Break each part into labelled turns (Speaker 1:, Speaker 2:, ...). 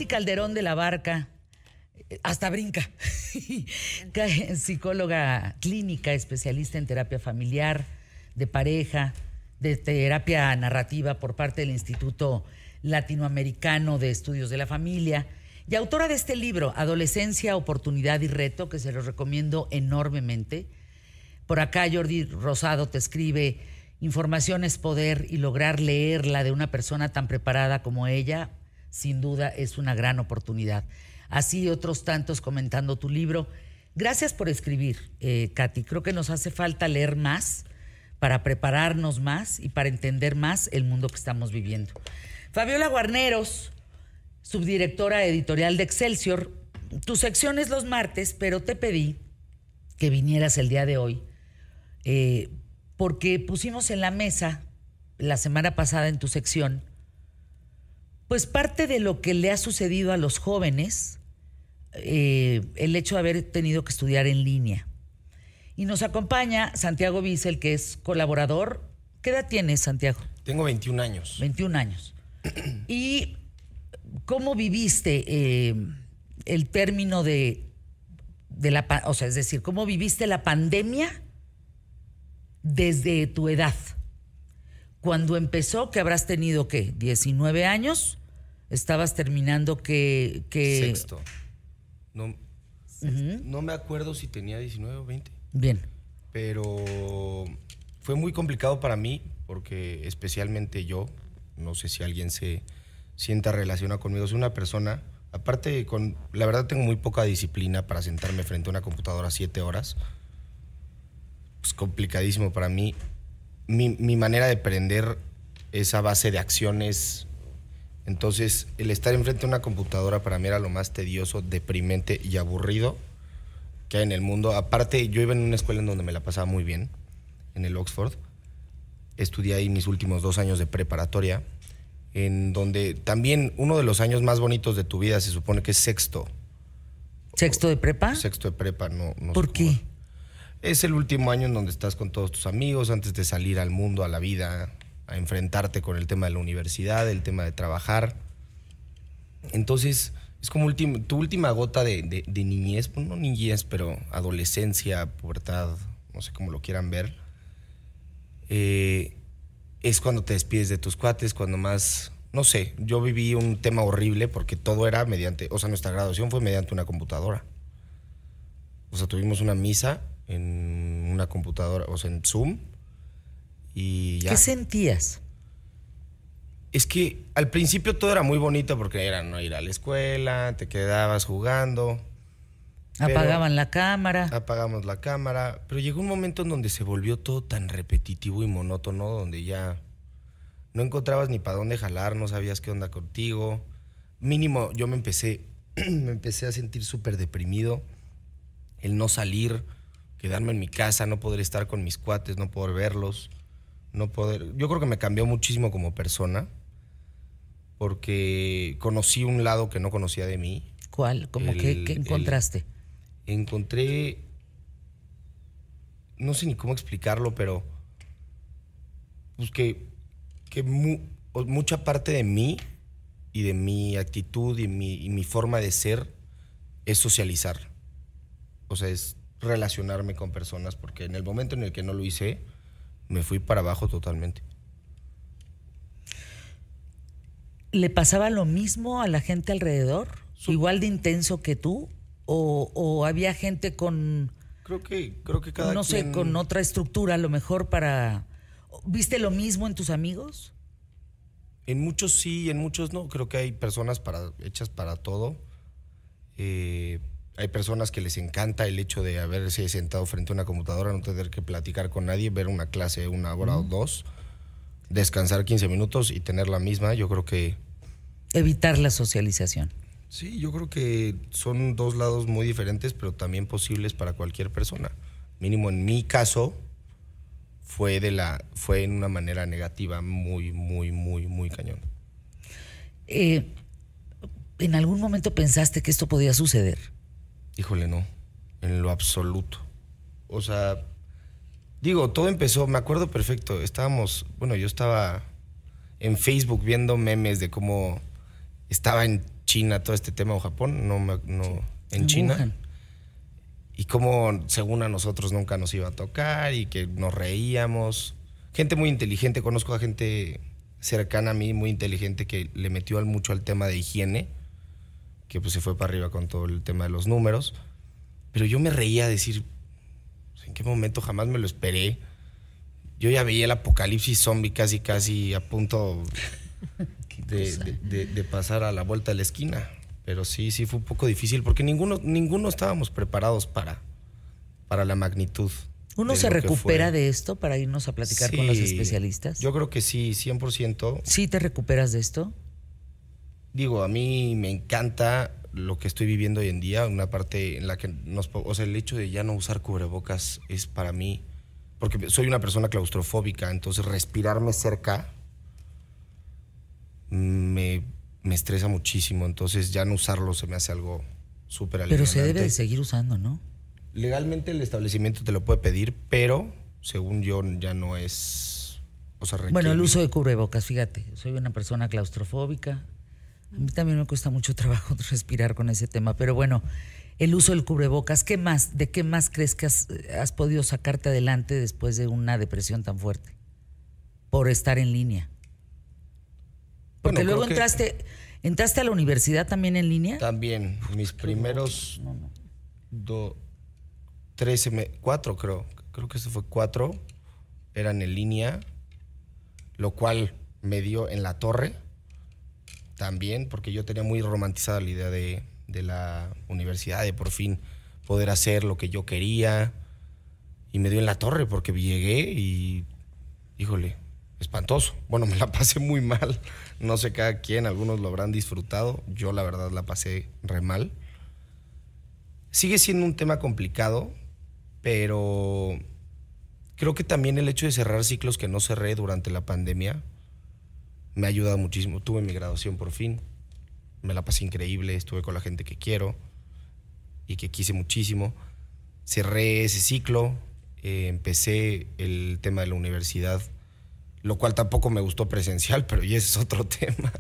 Speaker 1: Calderón de la Barca, hasta brinca, psicóloga clínica, especialista en terapia familiar, de pareja, de terapia narrativa por parte del Instituto Latinoamericano de Estudios de la Familia y autora de este libro, Adolescencia, Oportunidad y Reto, que se los recomiendo enormemente. Por acá Jordi Rosado te escribe: información es poder y lograr leerla de una persona tan preparada como ella, sin duda es una gran oportunidad. Así otros tantos comentando tu libro. Gracias por escribir, Katy. Creo que nos hace falta leer más para prepararnos más y para entender más el mundo que estamos viviendo. Fabiola Guarneros, subdirectora editorial de Excelsior. Tu sección es los martes, pero te pedí que vinieras el día de hoy porque pusimos en la mesa la semana pasada en tu sección pues parte de lo que le ha sucedido a los jóvenes, el hecho de haber tenido que estudiar en línea. Y nos acompaña Santiago Bissell, que es colaborador. ¿Qué edad tienes, Santiago?
Speaker 2: Tengo 21 años.
Speaker 1: 21 años. ¿Y cómo viviste el término de la... O sea, es decir, cómo viviste la pandemia desde tu edad? Cuando empezó, que habrás tenido, ¿qué? 19 años, estabas terminando que...
Speaker 2: Sexto. No me acuerdo si tenía 19 o 20.
Speaker 1: Bien.
Speaker 2: Pero fue muy complicado para mí, porque especialmente yo, no sé si alguien se sienta relacionado conmigo, soy una persona, aparte la verdad tengo muy poca disciplina para sentarme frente a una computadora 7 horas. Es complicadísimo para mí. Mi manera de aprender es a base de acciones. Entonces, el estar enfrente de una computadora para mí era lo más tedioso, deprimente y aburrido que hay en el mundo. Aparte, yo iba en una escuela en donde me la pasaba muy bien, en el Oxford. Estudié ahí mis últimos 2 años de preparatoria, en donde también uno de los años más bonitos de tu vida se supone que es sexto.
Speaker 1: ¿Sexto de prepa?
Speaker 2: Sexto de prepa, no
Speaker 1: ¿Por qué?
Speaker 2: Es el último año en donde estás con todos tus amigos antes de salir al mundo, a la vida, a enfrentarte con el tema de la universidad, el tema de trabajar. Entonces, es como tu última gota de niñez, pues no niñez, pero adolescencia, pubertad, no sé cómo lo quieran ver. Es cuando te despides de tus cuates, cuando más, no sé, yo viví un tema horrible porque todo era mediante, o sea, nuestra graduación fue mediante una computadora. O sea, tuvimos una misa en una computadora, o sea, en Zoom, y ya.
Speaker 1: ¿Qué sentías?
Speaker 2: Es que al principio todo era muy bonito porque era no ir a la escuela, te quedabas jugando.
Speaker 1: Apagaban la cámara.
Speaker 2: Apagamos la cámara, pero llegó un momento en donde se volvió todo tan repetitivo y monótono, donde ya no encontrabas ni para dónde jalar, no sabías qué onda contigo. Mínimo, yo me empecé a sentir súper deprimido, el no salir, quedarme en mi casa, no poder estar con mis cuates, no poder verlos, no poder... Yo creo que me cambió muchísimo como persona, porque conocí un lado que no conocía de mí.
Speaker 1: ¿Cuál? ¿Cómo qué encontraste?
Speaker 2: Encontré, no sé ni cómo explicarlo, pero pues que mucha parte de mí y de mi actitud y mi forma de ser es socializar. O sea, es relacionarme con personas, porque en el momento en el que no lo hice, me fui para abajo totalmente.
Speaker 1: ¿Le pasaba lo mismo a la gente alrededor? ¿Igual de intenso que tú? ¿O había gente con...
Speaker 2: Creo que cada
Speaker 1: no sé, con otra estructura a lo mejor para... ¿Viste lo mismo en tus amigos?
Speaker 2: En muchos sí y en muchos no. Creo que hay personas hechas para todo. Hay personas que les encanta el hecho de haberse sentado frente a una computadora, no tener que platicar con nadie, ver una clase de 1 hora o 2, descansar 15 minutos y tener la misma. Yo creo que...
Speaker 1: Evitar la socialización.
Speaker 2: Sí, yo creo que son 2 lados muy diferentes, pero también posibles para cualquier persona. Mínimo en mi caso fue en una manera negativa muy, muy, muy, muy cañón.
Speaker 1: ¿En algún momento pensaste que esto podía suceder?
Speaker 2: Híjole, no, en lo absoluto. O sea, digo, todo empezó, me acuerdo perfecto, yo estaba en Facebook viendo memes de cómo estaba en China, todo este tema, o Japón, en China.
Speaker 1: Wuhan.
Speaker 2: Y como según a nosotros nunca nos iba a tocar y que nos reíamos. Gente muy inteligente, conozco a gente cercana a mí, muy inteligente, que le metió mucho al tema de higiene, que pues se fue para arriba con todo el tema de los números. Pero yo me reía a decir, ¿en qué momento? Jamás me lo esperé. Yo ya veía el apocalipsis zombie casi a punto de pasar a la vuelta de la esquina. Pero sí fue un poco difícil porque ninguno estábamos preparados para la magnitud.
Speaker 1: ¿Uno se recupera de esto para irnos a platicar con los especialistas?
Speaker 2: Yo creo que sí, 100%.
Speaker 1: ¿Sí te recuperas de esto?
Speaker 2: Digo, a mí me encanta lo que estoy viviendo hoy en día, una parte en la que el hecho de ya no usar cubrebocas es para mí, porque soy una persona claustrofóbica, entonces respirarme cerca me estresa muchísimo, entonces ya no usarlo se me hace algo súper aliviante.
Speaker 1: Pero se debe de seguir usando, ¿no?
Speaker 2: Legalmente el establecimiento te lo puede pedir, pero según yo ya no es...
Speaker 1: Bueno, el uso de cubrebocas, fíjate, soy una persona claustrofóbica. A mí también me cuesta mucho trabajo respirar con ese tema, pero bueno, el uso del cubrebocas, ¿qué más? ¿De qué más crees que has podido sacarte adelante después de una depresión tan fuerte? Por estar en línea. Porque luego entraste a la universidad también en línea.
Speaker 2: También, mis primeros 4 creo que eso fue 4, eran en línea, lo cual me dio en la torre. También, porque yo tenía muy romantizada la idea de la universidad, de por fin poder hacer lo que yo quería. Y me dio en la torre porque llegué y, híjole, espantoso. Bueno, me la pasé muy mal. No sé cada quien, algunos lo habrán disfrutado. Yo la verdad la pasé re mal. Sigue siendo un tema complicado, pero creo que también el hecho de cerrar ciclos que no cerré durante la pandemia me ha ayudado muchísimo. Tuve mi graduación por fin, me la pasé increíble, estuve con la gente que quiero y que quise muchísimo. Cerré ese ciclo, empecé el tema de la universidad, lo cual tampoco me gustó presencial, pero ya ese es otro tema.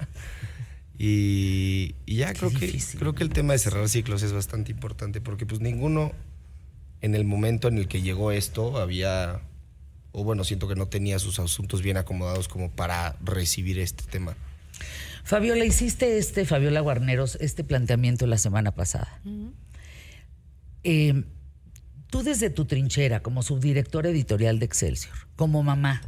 Speaker 2: Y ya creo que el tema de cerrar ciclos es bastante importante, porque pues ninguno en el momento en el que llegó esto siento que no tenía sus asuntos bien acomodados como para recibir este tema.
Speaker 1: Fabiola, hiciste Fabiola Guarneros, este planteamiento la semana pasada. Uh-huh. Tú desde tu trinchera como subdirectora editorial de Excelsior, como mamá,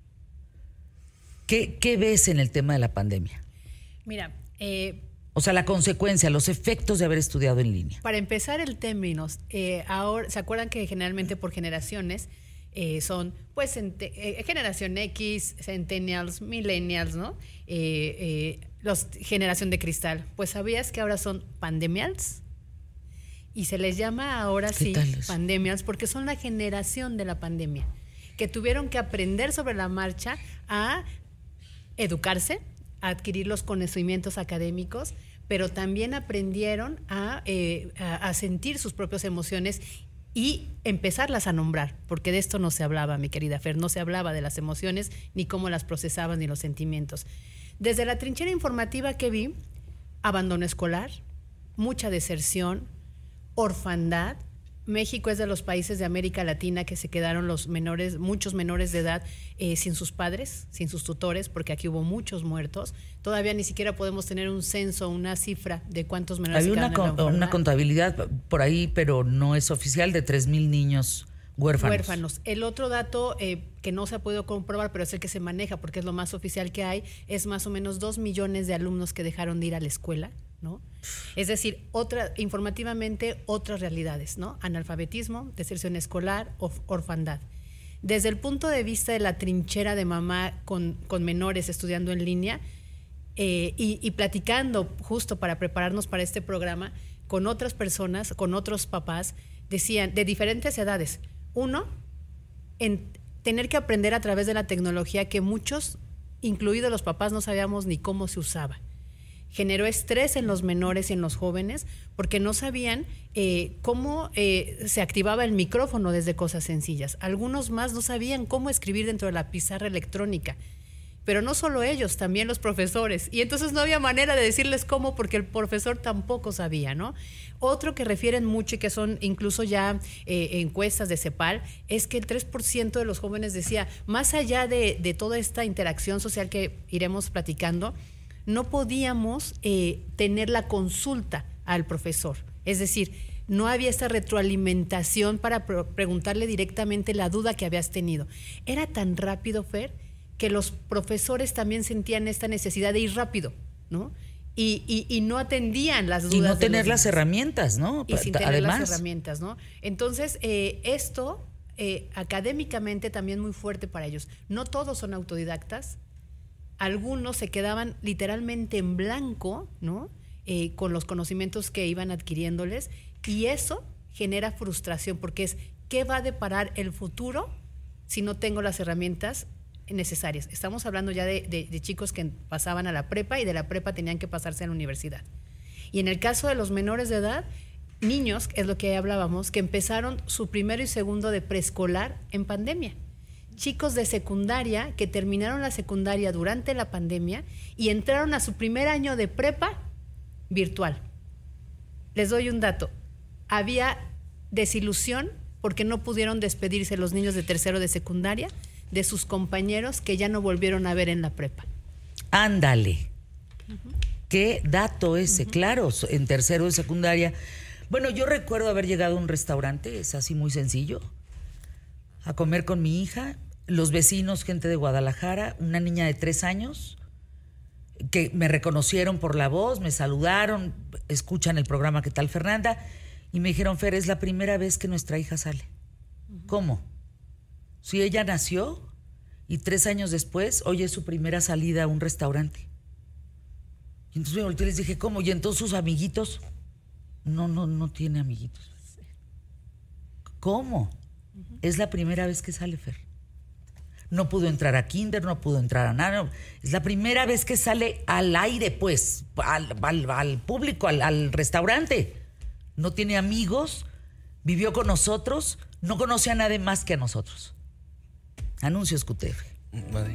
Speaker 1: ¿qué ves en el tema de la pandemia?
Speaker 3: Mira,
Speaker 1: o sea, la consecuencia, los efectos de haber estudiado en línea.
Speaker 3: Para empezar el términos, ahora, ¿se acuerdan que generalmente por generaciones son, pues, generación X, centennials, millennials, ¿no? Generación de cristal. Pues, ¿sabías que ahora son pandemials? Y se les llama ahora sí pandemials porque son la generación de la pandemia, que tuvieron que aprender sobre la marcha a educarse, a adquirir los conocimientos académicos, pero también aprendieron a sentir sus propias emociones y empezarlas a nombrar, porque de esto no se hablaba, mi querida Fer, no se hablaba de las emociones, ni cómo las procesaban, ni los sentimientos. Desde la trinchera informativa que vi, abandono escolar, mucha deserción, orfandad. México es de los países de América Latina que se quedaron muchos menores de edad sin sus padres, sin sus tutores, porque aquí hubo muchos muertos. Todavía ni siquiera podemos tener un censo, una cifra de cuántos menores se quedaron en la orfandad.
Speaker 1: Una contabilidad por ahí, pero no es oficial, de 3,000 niños huérfanos.
Speaker 3: El otro dato que no se ha podido comprobar, pero es el que se maneja porque es lo más oficial que hay, es más o menos 2 millones de alumnos que dejaron de ir a la escuela, ¿no? Es decir, informativamente otras realidades, ¿no? Analfabetismo, deserción escolar, orfandad. Desde el punto de vista de la trinchera de mamá con menores estudiando en línea y platicando justo para prepararnos para este programa con otras personas, con otros papás, decían de diferentes edades. Uno, en tener que aprender a través de la tecnología que muchos, incluidos los papás, no sabíamos ni cómo se usaba. Generó estrés en los menores y en los jóvenes porque no sabían cómo se activaba el micrófono desde cosas sencillas. Algunos más no sabían cómo escribir dentro de la pizarra electrónica. pero no solo ellos, también los profesores. Y entonces no había manera de decirles cómo, porque el profesor tampoco sabía, ¿no? Otro que refieren mucho y que son incluso ya encuestas de CEPAL, es que el 3% de los jóvenes decía, más allá de toda esta interacción social que iremos platicando, no podíamos tener la consulta al profesor. Es decir, no había esta retroalimentación para preguntarle directamente la duda que habías tenido. Era tan rápido, Fer, que los profesores también sentían esta necesidad de ir rápido, ¿no? Y no atendían las dudas.
Speaker 1: Y no tener las herramientas, ¿no?
Speaker 3: Y sin tener las herramientas, ¿no? Entonces, esto académicamente también muy fuerte para ellos. No todos son autodidactas. Algunos se quedaban literalmente en blanco, ¿no? Con los conocimientos que iban adquiriéndoles, y eso genera frustración, porque es, ¿qué va a deparar el futuro si no tengo las herramientas necesarias? Estamos hablando ya de chicos que pasaban a la prepa y de la prepa tenían que pasarse a la universidad. Y en el caso de los menores de edad, niños, es lo que hablábamos, que empezaron su primero y segundo de preescolar en pandemia. Chicos de secundaria que terminaron la secundaria durante la pandemia y entraron a su primer año de prepa virtual. Les doy un dato. Había desilusión porque no pudieron despedirse los niños de tercero de secundaria de sus compañeros que ya no volvieron a ver en la prepa.
Speaker 1: Ándale. Qué dato ese, claro, en tercero de secundaria. Bueno, yo recuerdo haber llegado a un restaurante, es así muy sencillo, a comer con mi hija, los vecinos, gente de Guadalajara, una niña de 3 años, que me reconocieron por la voz, me saludaron, escuchan el programa ¿Qué tal, Fernanda? Y me dijeron, Fer, es la primera vez que nuestra hija sale. ¿Cómo? Si ella nació y 3 años después, hoy es su primera salida a un restaurante. Y entonces me volteé y les dije, ¿cómo? ¿Y entonces sus amiguitos? No tiene amiguitos. ¿Cómo? Es la primera vez que sale, Fer. No pudo entrar a kinder, no pudo entrar a nada. Es la primera vez que sale al aire, pues, al público, al restaurante. No tiene amigos, vivió con nosotros, no conoce a nadie más que a nosotros. Anuncios QTF.
Speaker 2: Madre.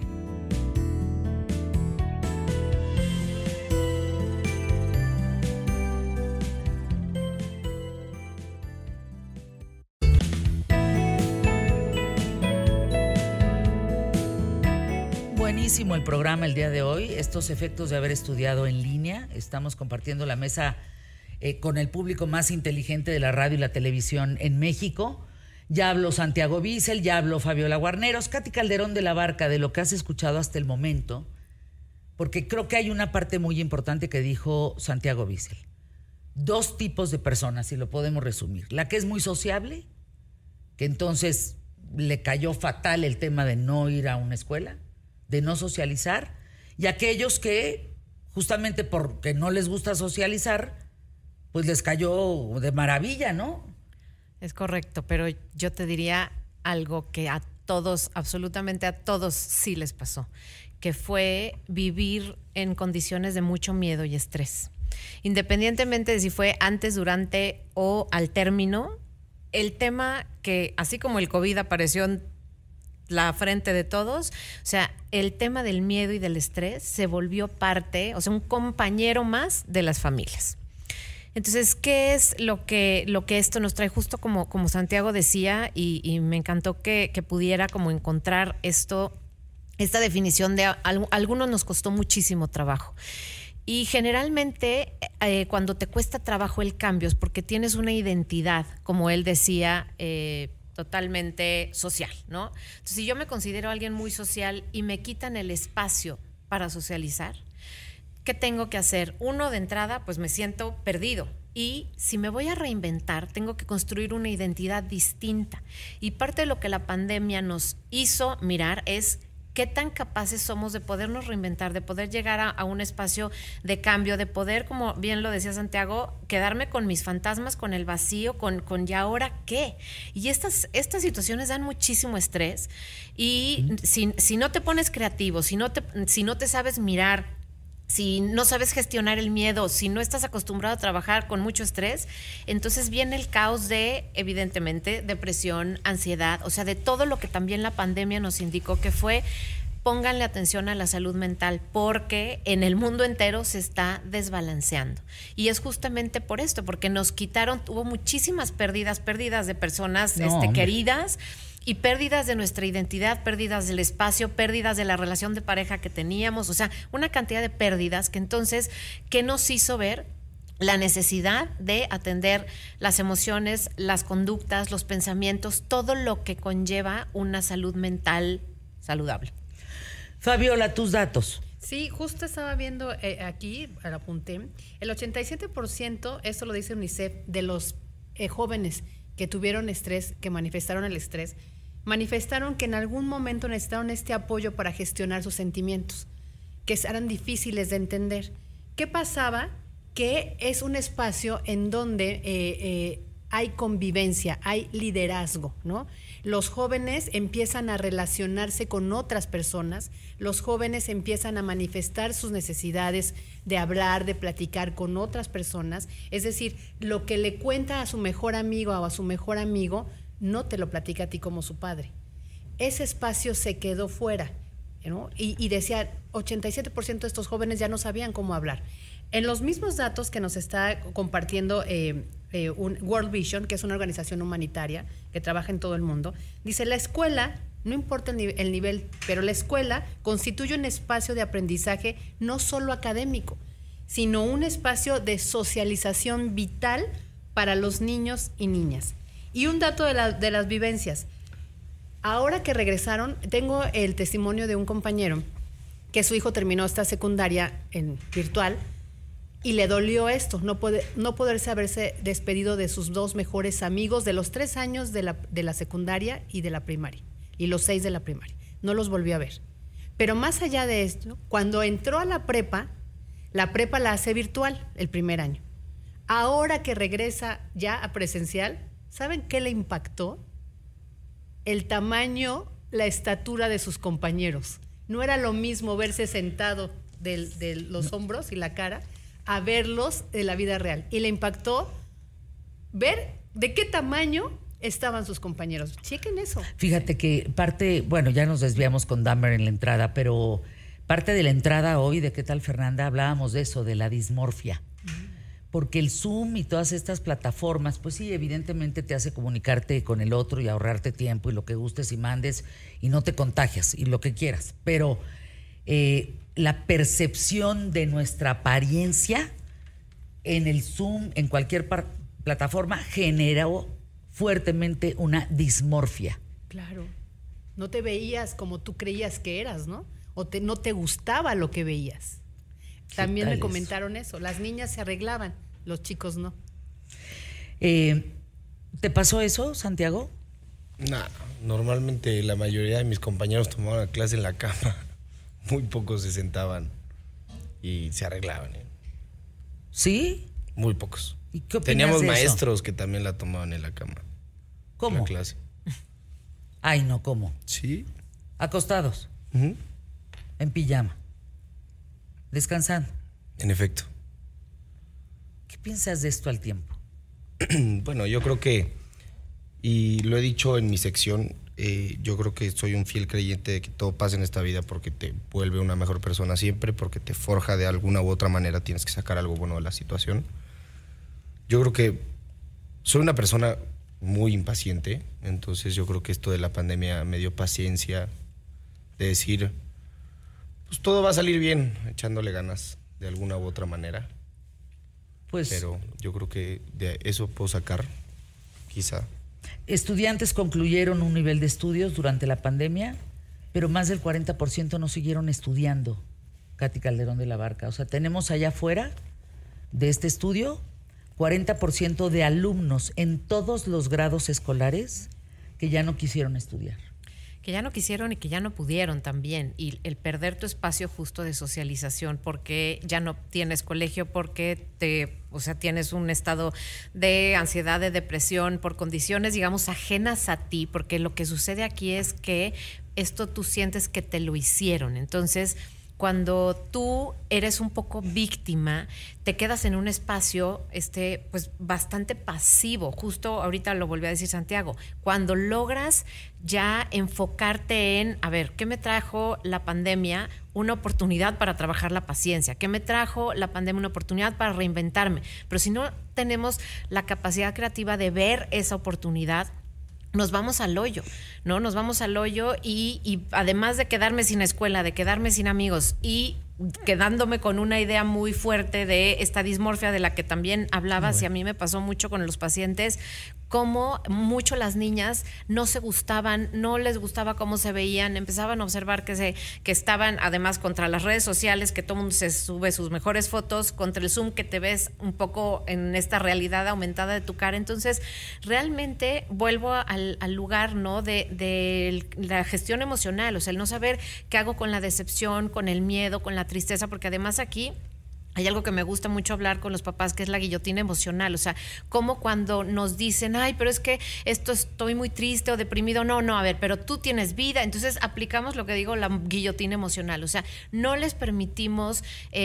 Speaker 1: Buenísimo el programa el día de hoy. Estos efectos de haber estudiado en línea. Estamos compartiendo la mesa con el público más inteligente de la radio y la televisión en México. Ya habló Santiago Bissell, ya habló Fabiola Guarneros, Katy Calderón de la Barca, de lo que has escuchado hasta el momento, porque creo que hay una parte muy importante que dijo Santiago Bissell. 2 tipos de personas, si lo podemos resumir. La que es muy sociable, que entonces le cayó fatal el tema de no ir a una escuela, de no socializar, y aquellos que, justamente porque no les gusta socializar, pues les cayó de maravilla, ¿no?
Speaker 4: Es correcto, pero yo te diría algo que a todos, absolutamente a todos sí les pasó, que fue vivir en condiciones de mucho miedo y estrés. Independientemente de si fue antes, durante o al término, el tema que, así como el COVID apareció en la frente de todos, o sea, el tema del miedo y del estrés se volvió parte, o sea, un compañero más de las familias. Entonces, ¿qué es lo que esto nos trae? Justo como Santiago decía, y me encantó que pudiera como encontrar esta definición de algunos nos costó muchísimo trabajo. Y generalmente cuando te cuesta trabajo el cambio es porque tienes una identidad, como él decía, totalmente social, ¿no? Entonces, si yo me considero alguien muy social y me quitan el espacio para socializar, ¿qué tengo que hacer? Uno, de entrada, pues me siento perdido. Y si me voy a reinventar, tengo que construir una identidad distinta. Y parte de lo que la pandemia nos hizo mirar es qué tan capaces somos de podernos reinventar, de poder llegar a un espacio de cambio, de poder, como bien lo decía Santiago, quedarme con mis fantasmas, con el vacío, con ¿y ahora qué? Y estas situaciones dan muchísimo estrés. Y si no te pones creativo, si no te sabes mirar, si no sabes gestionar el miedo, si no estás acostumbrado a trabajar con mucho estrés, entonces viene el caos de, evidentemente, depresión, ansiedad, o sea, de todo lo que también la pandemia nos indicó que fue pónganle atención a la salud mental porque en el mundo entero se está desbalanceando. Y es justamente por esto, porque nos quitaron, hubo muchísimas pérdidas de personas queridas, y pérdidas de nuestra identidad, pérdidas del espacio, pérdidas de la relación de pareja que teníamos, o sea, una cantidad de pérdidas que entonces, ¿qué nos hizo ver? La necesidad de atender las emociones, las conductas, los pensamientos, todo lo que conlleva una salud mental saludable.
Speaker 1: Fabiola, tus datos.
Speaker 3: Sí, justo estaba viendo aquí, lo apunté, el 87%, esto lo dice UNICEF, de los jóvenes que tuvieron estrés, que manifestaron el estrés, manifestaron que en algún momento necesitaron este apoyo para gestionar sus sentimientos, que eran difíciles de entender. ¿Qué pasaba? Que es un espacio en donde hay convivencia, hay liderazgo, ¿no? Los jóvenes empiezan a relacionarse con otras personas, los jóvenes empiezan a manifestar sus necesidades de hablar, de platicar con otras personas, es decir, lo que le cuenta a su mejor amigo o a su mejor amigo, no te lo platica a ti como su padre. Ese espacio se quedó fuera, ¿no? Y decía, 87% de estos jóvenes ya no sabían cómo hablar. En los mismos datos que nos está compartiendo World Vision, que es una organización humanitaria que trabaja en todo el mundo, dice, la escuela, no importa el nivel, pero la escuela constituye un espacio de aprendizaje no solo académico, sino un espacio de socialización vital para los niños y niñas. Y un dato de las vivencias. Ahora que regresaron, tengo el testimonio de un compañero que su hijo terminó esta secundaria en virtual y le dolió esto, no poderse haberse despedido de sus dos mejores amigos de los 3 años de la secundaria y de la primaria, y los 6 de la primaria. No los volvió a ver. Pero más allá de esto, cuando entró a la prepa la hace virtual el primer año. Ahora que regresa ya a presencial, ¿saben qué le impactó? El tamaño, la estatura de sus compañeros. No era lo mismo verse sentado de los hombros y la cara a verlos de la vida real. Y le impactó ver de qué tamaño estaban sus compañeros. Chequen eso.
Speaker 1: Fíjate que parte, bueno, ya nos desviamos con Dahmer en la entrada, pero parte de la entrada hoy, ¿de qué tal, Fernanda? Hablábamos de eso, de la dismorfia. Porque el Zoom y todas estas plataformas, pues sí, evidentemente te hace comunicarte con el otro y ahorrarte tiempo y lo que gustes y mandes y no te contagias y lo que quieras. Pero la percepción de nuestra apariencia en el Zoom, en cualquier plataforma, generó fuertemente una dismorfia.
Speaker 3: Claro. No te veías como tú creías que eras, ¿no? O no te gustaba lo que veías. También me comentaron eso. Las niñas se arreglaban, los chicos no.
Speaker 1: ¿Te pasó eso, Santiago?
Speaker 2: No, normalmente la mayoría de mis compañeros tomaban la clase en la cama. Muy pocos se sentaban y se arreglaban.
Speaker 1: ¿Sí?
Speaker 2: Muy pocos.
Speaker 1: ¿Y qué opinas
Speaker 2: Teníamos
Speaker 1: de
Speaker 2: maestros
Speaker 1: eso?
Speaker 2: que también la tomaban en la cama.
Speaker 1: ¿Cómo?
Speaker 2: La clase.
Speaker 1: Ay, no, ¿cómo?
Speaker 2: Sí.
Speaker 1: Acostados, en pijama, descansando.
Speaker 2: En efecto.
Speaker 1: ¿Qué piensas de esto al tiempo?
Speaker 2: Bueno, yo creo que, y lo he dicho en mi sección, yo creo que soy un fiel creyente de que todo pasa en esta vida porque te vuelve una mejor persona siempre, porque te forja de alguna u otra manera, tienes que sacar algo bueno de la situación. Yo creo que soy una persona muy impaciente, entonces yo creo que esto de la pandemia me dio paciencia de decir, pues todo va a salir bien, echándole ganas de alguna u otra manera.
Speaker 1: Pues,
Speaker 2: pero yo creo que de eso puedo sacar, quizá.
Speaker 1: Estudiantes concluyeron un nivel de estudios durante la pandemia, pero más del 40% no siguieron estudiando, Katy Calderón de la Barca. O sea, tenemos allá afuera de este estudio 40% de alumnos en todos los grados escolares que ya no quisieron estudiar.
Speaker 4: Que ya no quisieron y que ya no pudieron también. Y el perder tu espacio justo de socialización porque ya no tienes colegio, porque tienes un estado de ansiedad, de depresión, por condiciones, digamos, ajenas a ti, porque lo que sucede aquí es que esto tú sientes que te lo hicieron. Entonces, cuando tú eres un poco víctima, te quedas en un espacio pues bastante pasivo. Justo ahorita lo volvió a decir Santiago. Cuando logras ya enfocarte en, a ver, ¿qué me trajo la pandemia? Una oportunidad para trabajar la paciencia. ¿Qué me trajo la pandemia? Una oportunidad para reinventarme. Pero si no tenemos la capacidad creativa de ver esa oportunidad, nos vamos al hoyo, ¿no? Nos vamos al hoyo y además de quedarme sin escuela, de quedarme sin amigos y quedándome con una idea muy fuerte de esta dismorfia de la que también hablabas, y a mí me pasó mucho con los pacientes, cómo mucho las niñas no se gustaban, no les gustaba cómo se veían, empezaban a observar que estaban además contra las redes sociales, que todo el mundo se sube sus mejores fotos, contra el Zoom, que te ves un poco en esta realidad aumentada de tu cara. Entonces, realmente vuelvo al lugar, ¿no?, de la gestión emocional, o sea, el no saber qué hago con la decepción, con el miedo, con la tristeza, porque además aquí hay algo que me gusta mucho hablar con los papás, que es la guillotina emocional. O sea, como cuando nos dicen, ay, pero es que estoy muy triste o deprimido. No, a ver, pero tú tienes vida. Entonces aplicamos lo que digo, la guillotina emocional. O sea, no les permitimos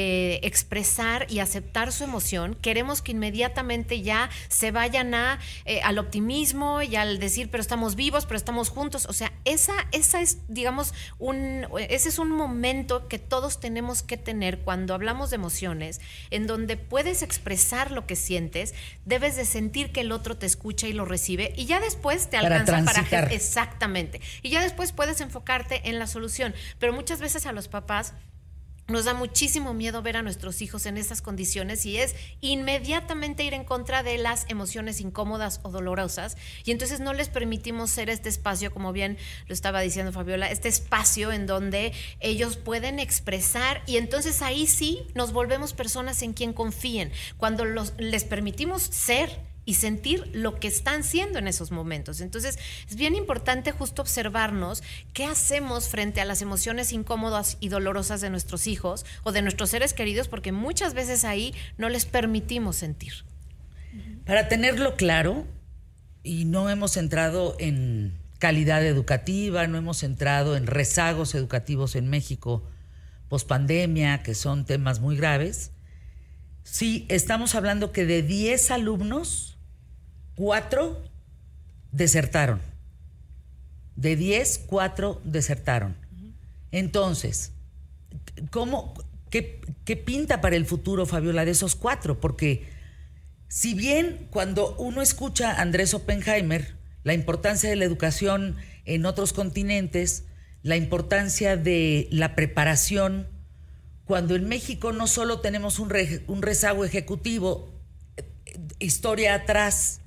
Speaker 4: expresar y aceptar su emoción. Queremos que inmediatamente ya se vayan al optimismo y al decir, pero estamos vivos, pero estamos juntos. O sea, esa es, digamos, ese es un momento que todos tenemos que tener cuando hablamos de emociones, en donde puedes expresar lo que sientes, debes de sentir que el otro te escucha y lo recibe, y ya después te alcanza para exactamente, y ya después puedes enfocarte en la solución. Pero muchas veces a los papás nos da muchísimo miedo ver a nuestros hijos en esas condiciones, y es inmediatamente ir en contra de las emociones incómodas o dolorosas, y entonces no les permitimos ser este espacio, como bien lo estaba diciendo Fabiola, este espacio en donde ellos pueden expresar, y entonces ahí sí nos volvemos personas en quien confíen, cuando les permitimos ser y sentir lo que están siendo en esos momentos. Entonces, es bien importante justo observarnos qué hacemos frente a las emociones incómodas y dolorosas de nuestros hijos o de nuestros seres queridos, porque muchas veces ahí no les permitimos sentir.
Speaker 1: Para tenerlo claro, y no hemos entrado en calidad educativa, no hemos entrado en rezagos educativos en México pospandemia, que son temas muy graves. Sí, estamos hablando que de 10 alumnos, 4 desertaron. De 10, 4 desertaron. Entonces, ¿qué pinta para el futuro, Fabiola, de esos 4? Porque si bien cuando uno escucha a Andrés Oppenheimer, la importancia de la educación en otros continentes, la importancia de la preparación, cuando en México no solo tenemos un rezago ejecutivo, historia atrás,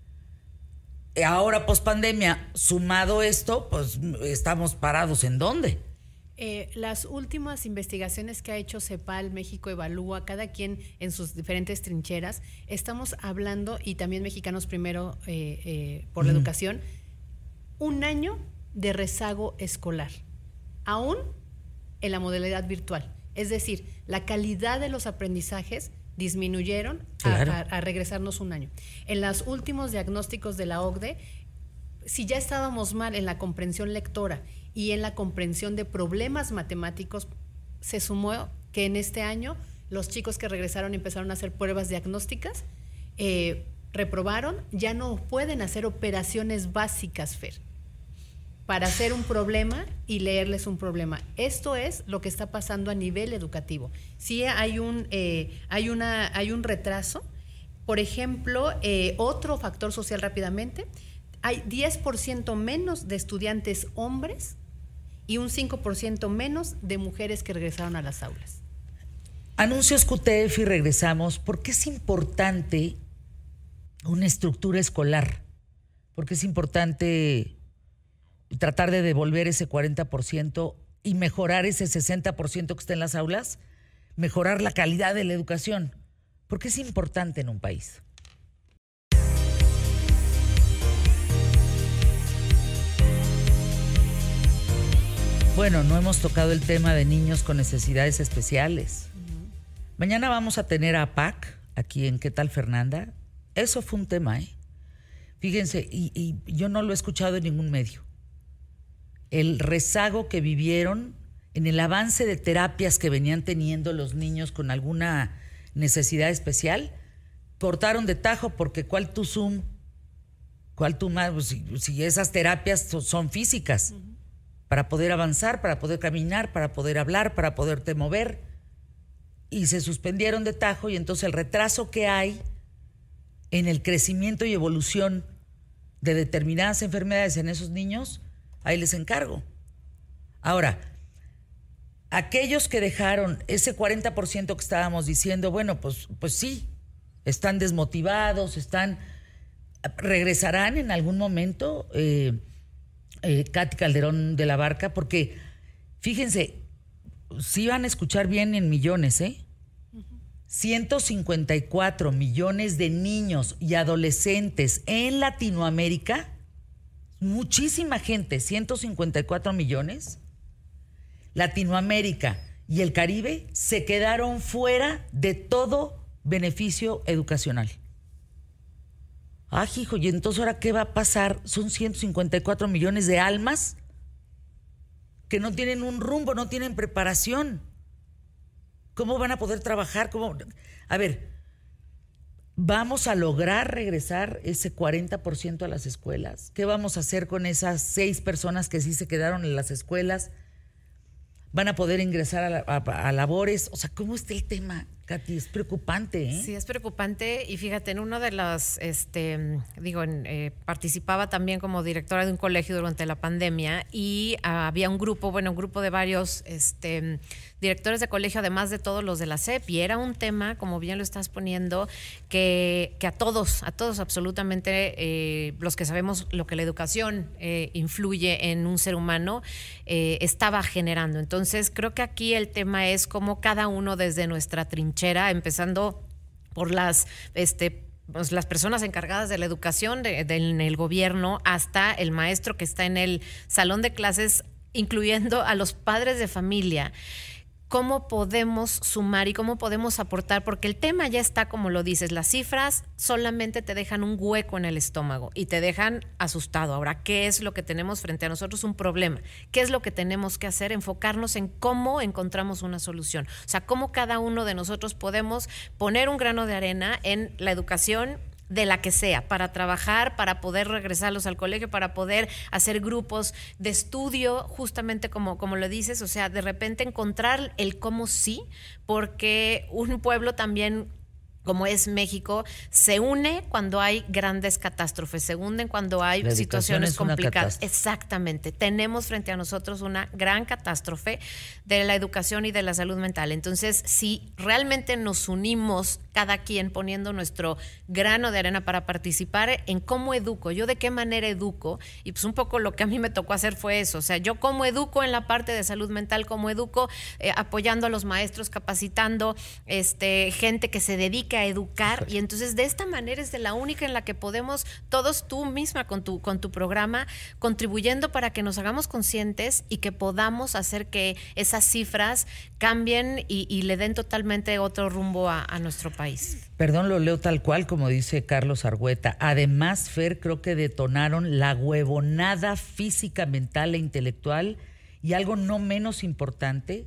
Speaker 1: ahora pospandemia, sumado esto, pues estamos parados ¿en dónde?
Speaker 3: Las últimas investigaciones que ha hecho CEPAL, México Evalúa, cada quien en sus diferentes trincheras, estamos hablando, y también Mexicanos Primero por la Educación, un año de rezago escolar, aún en la modalidad virtual. Es decir, la calidad de los aprendizajes disminuyeron a regresarnos un año. En los últimos diagnósticos de la OCDE, si ya estábamos mal en la comprensión lectora y en la comprensión de problemas matemáticos, se sumó que en este año los chicos que regresaron y empezaron a hacer pruebas diagnósticas, reprobaron, ya no pueden hacer operaciones básicas, Fer, para hacer un problema y leerles un problema. Esto es lo que está pasando a nivel educativo. Sí hay un retraso. Por ejemplo, otro factor social rápidamente, hay 10% menos de estudiantes hombres y un 5% menos de mujeres que regresaron a las aulas.
Speaker 1: Anuncios QTF y regresamos. ¿Por qué es importante una estructura escolar? ¿Por qué es importante tratar de devolver ese 40% y mejorar ese 60% que está en las aulas? Mejorar la calidad de la educación. ¿Por qué es importante en un país? Bueno, no hemos tocado el tema de niños con necesidades especiales. Mañana vamos a tener a PAC aquí en ¿Qué tal, Fernanda? Eso fue un tema, ¿eh? Fíjense, y yo no lo he escuchado en ningún medio. El rezago que vivieron en el avance de terapias que venían teniendo los niños con alguna necesidad especial, cortaron de tajo porque ¿cuál tu Zoom? ¿Cuál tu más? Pues si esas terapias son físicas, para poder avanzar, para poder caminar, para poder hablar, para poderte mover. Y se suspendieron de tajo, y entonces el retraso que hay en el crecimiento y evolución de determinadas enfermedades en esos niños, ahí les encargo. Ahora, aquellos que dejaron ese 40% que estábamos diciendo, bueno, pues sí, están desmotivados, regresarán en algún momento, Katy Calderón de la Barca, porque fíjense, sí van a escuchar bien en millones, 154 millones de niños y adolescentes en Latinoamérica, muchísima gente, 154 millones. Latinoamérica y el Caribe se quedaron fuera de todo beneficio educacional. Hijo, y entonces ¿ahora qué va a pasar? Son 154 millones de almas que no tienen un rumbo, no tienen preparación. ¿Cómo van a poder trabajar? A ver, ¿vamos a lograr regresar ese 40% a las escuelas? ¿Qué vamos a hacer con esas 6 personas que sí se quedaron en las escuelas? ¿Van a poder ingresar a labores? O sea, ¿cómo está el tema, Katy? Es preocupante, ¿eh?
Speaker 4: Sí, es preocupante. Y fíjate, en uno de las, participaba también como directora de un colegio durante la pandemia, y había un grupo de varios directores de colegio, además de todos los de la SEP, y era un tema, como bien lo estás poniendo, que a todos absolutamente, los que sabemos lo que la educación influye en un ser humano, estaba generando. Entonces, creo que aquí el tema es cómo cada uno desde nuestra trinchera, empezando por las personas encargadas de la educación en el gobierno, hasta el maestro que está en el salón de clases, incluyendo a los padres de familia. ¿Cómo podemos sumar y cómo podemos aportar? Porque el tema ya está, como lo dices, las cifras solamente te dejan un hueco en el estómago y te dejan asustado. Ahora, ¿qué es lo que tenemos frente a nosotros? Un problema. ¿Qué es lo que tenemos que hacer? Enfocarnos en cómo encontramos una solución. O sea, cómo cada uno de nosotros podemos poner un grano de arena en la educación de la que sea, para trabajar, para poder regresarlos al colegio, para poder hacer grupos de estudio, justamente como lo dices, o sea, de repente encontrar el cómo sí, porque un pueblo también, como es México, se une cuando hay grandes catástrofes, se unen cuando hay situaciones complicadas. Exactamente. Tenemos frente a nosotros una gran catástrofe de la educación y de la salud mental. Entonces, si realmente nos unimos, cada quien poniendo nuestro grano de arena para participar en cómo educo, yo de qué manera educo, y pues un poco lo que a mí me tocó hacer fue eso, o sea, yo cómo educo en la parte de salud mental, cómo educo apoyando a los maestros, capacitando gente que se dedica a educar, y entonces de esta manera es de la única en la que podemos todos, tú misma con tu programa, contribuyendo para que nos hagamos conscientes y que podamos hacer que esas cifras cambien y le den totalmente otro rumbo a nuestro país.
Speaker 1: Perdón, lo leo tal cual como dice Carlos Argüeta. Además, Fer, creo que detonaron la huevonada física, mental e intelectual, y algo no menos importante,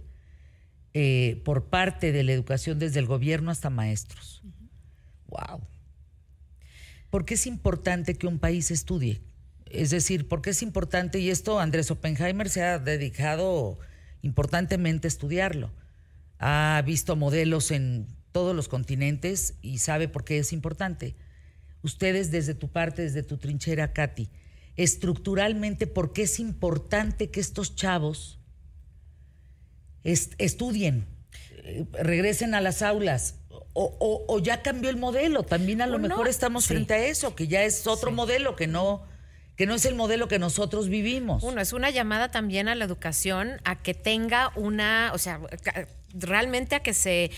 Speaker 1: por parte de la educación, desde el gobierno hasta maestros. Wow. ¿Por qué es importante que un país estudie? Es decir, ¿por qué es importante? Y esto Andrés Oppenheimer se ha dedicado importantemente a estudiarlo. Ha visto modelos en todos los continentes y sabe por qué es importante. Ustedes desde tu parte, desde tu trinchera, Katy, estructuralmente, ¿por qué es importante que estos chavos estudien, regresen a las aulas? O ya cambió el modelo, también a lo mejor estamos frente a eso, que ya es otro modelo, que no es el modelo que nosotros vivimos.
Speaker 4: Es una llamada también a la educación a que tenga una, o sea, realmente a que se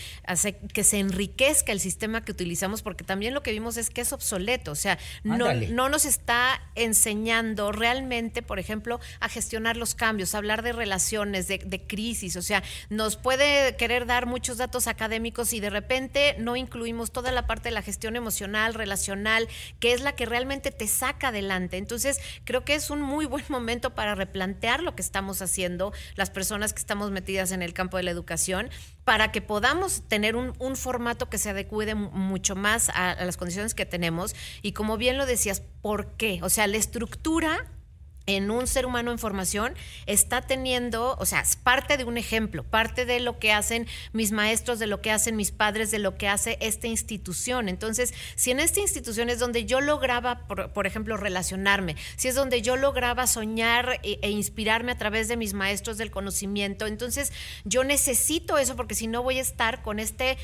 Speaker 4: enriquezca el sistema que utilizamos, porque también lo que vimos es que es obsoleto, o sea, no nos está enseñando realmente, por ejemplo, a gestionar los cambios, a hablar de relaciones, de crisis, o sea, nos puede querer dar muchos datos académicos y de repente no incluimos toda la parte de la gestión emocional, relacional, que es la que realmente te saca adelante. Entonces, creo que es un muy buen momento para replantear lo que estamos haciendo, las personas que estamos metidas en el campo de la educación, para que podamos tener un formato que se adecue mucho más a las condiciones que tenemos. Y como bien lo decías, ¿por qué? O sea, la estructura en un ser humano en formación está teniendo, o sea, es parte de un ejemplo, parte de lo que hacen mis maestros, de lo que hacen mis padres, de lo que hace esta institución. Entonces, si en esta institución es donde yo lograba, por ejemplo, relacionarme, si es donde yo lograba soñar e inspirarme a través de mis maestros del conocimiento, entonces yo necesito eso, porque si no voy a estar con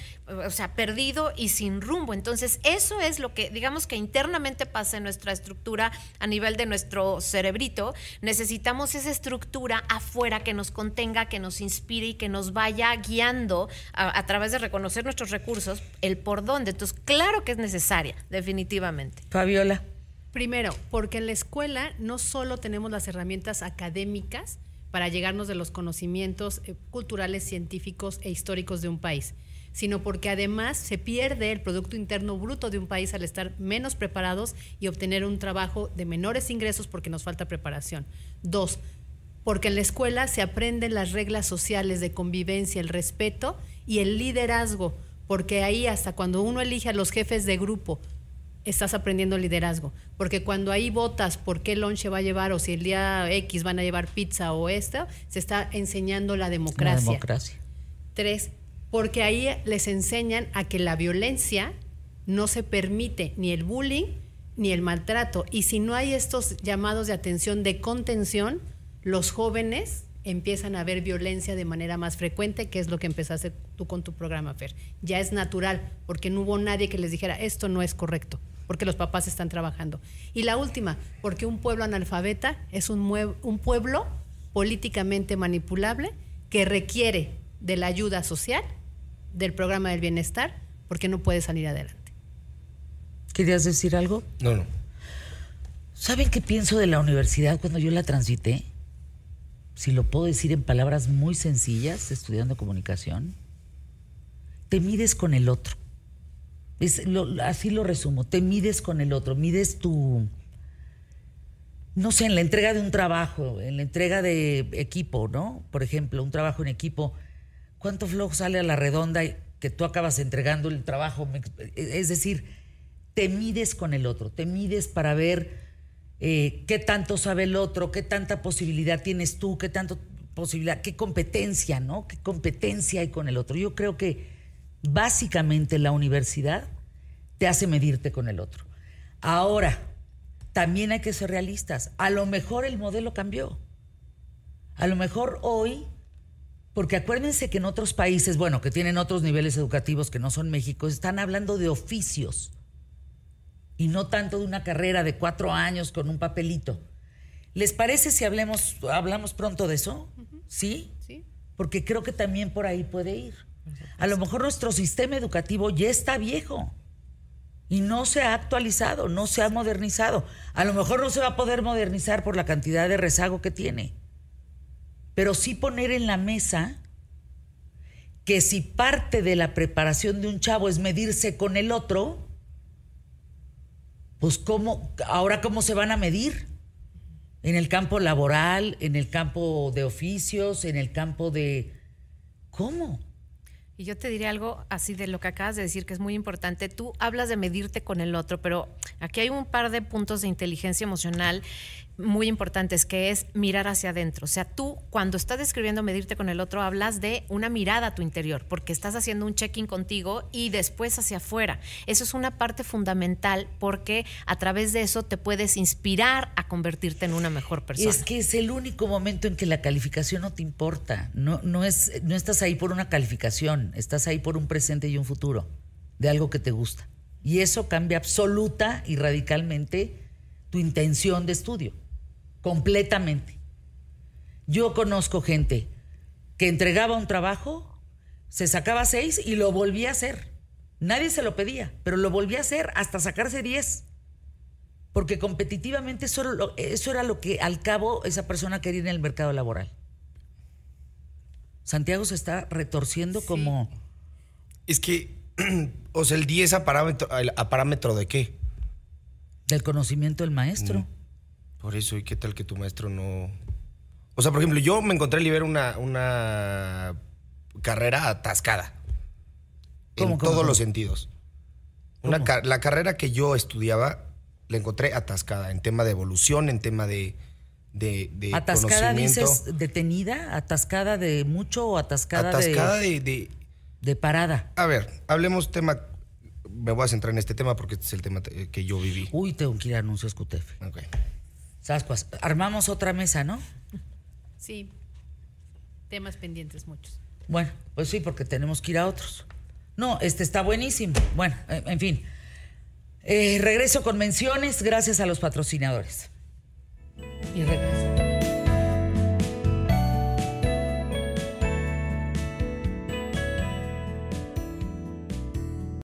Speaker 4: o sea, perdido y sin rumbo. Entonces, eso es lo que, digamos, que internamente pasa en nuestra estructura a nivel de nuestro cerebrito. Necesitamos esa estructura afuera que nos contenga, que nos inspire y que nos vaya guiando a través de reconocer nuestros recursos, el por dónde. Entonces, claro que es necesaria, definitivamente.
Speaker 1: Fabiola.
Speaker 3: Primero, porque en la escuela no solo tenemos las herramientas académicas para llegarnos de los conocimientos culturales, científicos e históricos de un país, sino porque además se pierde el Producto Interno Bruto de un país al estar menos preparados y obtener un trabajo de menores ingresos porque nos falta preparación. 2, porque en la escuela se aprenden las reglas sociales de convivencia, el respeto y el liderazgo, porque ahí hasta cuando uno elige a los jefes de grupo, estás aprendiendo liderazgo, porque cuando ahí votas por qué lunch va a llevar o si el día X van a llevar pizza o se está enseñando la democracia.
Speaker 1: La democracia.
Speaker 3: 3, porque ahí les enseñan a que la violencia no se permite, ni el bullying ni el maltrato. Y si no hay estos llamados de atención, de contención, los jóvenes empiezan a ver violencia de manera más frecuente, que es lo que empezaste tú con tu programa, Fer. Ya es natural, porque no hubo nadie que les dijera, esto no es correcto, porque los papás están trabajando. Y la última, porque un pueblo analfabeta es un pueblo políticamente manipulable que requiere de la ayuda social, del programa del bienestar, porque no puede salir adelante.
Speaker 1: ¿Querías decir algo?
Speaker 2: No.
Speaker 1: ¿Saben qué pienso de la universidad cuando yo la transité? Si lo puedo decir en palabras muy sencillas, estudiando comunicación. Te mides con el otro. Así lo resumo. Te mides con el otro. Mides tu... No sé, en la entrega de un trabajo, en la entrega de equipo, ¿no? Por ejemplo, un trabajo en equipo... ¿Cuánto flojo sale a la redonda que tú acabas entregando el trabajo? Es decir, te mides con el otro, te mides para ver qué tanto sabe el otro, qué tanta posibilidad tienes tú, qué competencia, ¿no? Qué competencia hay con el otro. Yo creo que básicamente la universidad te hace medirte con el otro. Ahora, también hay que ser realistas. A lo mejor el modelo cambió. A lo mejor hoy... Porque acuérdense que en otros países, bueno, que tienen otros niveles educativos que no son México, están hablando de oficios y no tanto de una carrera de 4 años con un papelito. ¿Les parece si hablamos pronto de eso? Uh-huh. ¿Sí?
Speaker 3: Sí.
Speaker 1: Porque creo que también por ahí puede ir. A lo mejor nuestro sistema educativo ya está viejo y no se ha actualizado, no se ha modernizado. A lo mejor no se va a poder modernizar por la cantidad de rezago que tiene. Pero sí poner en la mesa que si parte de la preparación de un chavo es medirse con el otro, pues ¿cómo se van a medir? En el campo laboral, en el campo de oficios, en el campo de... ¿Cómo?
Speaker 4: Y yo te diré algo así de lo que acabas de decir, que es muy importante. Tú hablas de medirte con el otro, pero aquí hay un par de puntos de inteligencia emocional muy importantes, que es mirar hacia adentro. O sea, tú cuando estás describiendo medirte con el otro, hablas de una mirada a tu interior, porque estás haciendo un check-in contigo y después hacia afuera. Eso es una parte fundamental, porque a través de eso te puedes inspirar a convertirte en una mejor persona.
Speaker 1: Es que es el único momento en que la calificación no te importa. No estás ahí por una calificación, estás ahí por un presente y un futuro de algo que te gusta. Y eso cambia absoluta y radicalmente tu intención de estudio. Completamente. Yo conozco gente que entregaba un trabajo se sacaba 6 y lo volvía a hacer. Nadie se lo pedía, pero lo volvía a hacer hasta sacarse 10. Porque competitivamente eso era lo que al cabo esa persona quería en el mercado laboral. Santiago se está retorciendo como...
Speaker 2: Es que, o sea, el 10 a parámetro ¿de qué?
Speaker 1: Del conocimiento del maestro.
Speaker 2: Por eso, ¿y qué tal que tu maestro no...? O sea, por ejemplo, yo me encontré en Iber una carrera atascada. En todos los sentidos. La carrera que yo estudiaba la encontré atascada en tema de evolución, en tema de
Speaker 1: ¿atascada
Speaker 2: conocimiento.
Speaker 1: dices detenida? ¿Atascada de mucho o atascada de parada?
Speaker 2: A ver, hablemos tema... Me voy a centrar en este tema porque este es el tema que yo viví.
Speaker 1: Uy, tengo que ir a anuncios QTF.
Speaker 2: Ok.
Speaker 1: Sascuas, armamos otra mesa, ¿no?
Speaker 3: Sí. Temas pendientes muchos.
Speaker 1: Bueno, pues sí, porque tenemos que ir a otros. No, está buenísimo. Bueno, en fin. Regreso con menciones gracias a los patrocinadores. Y regreso.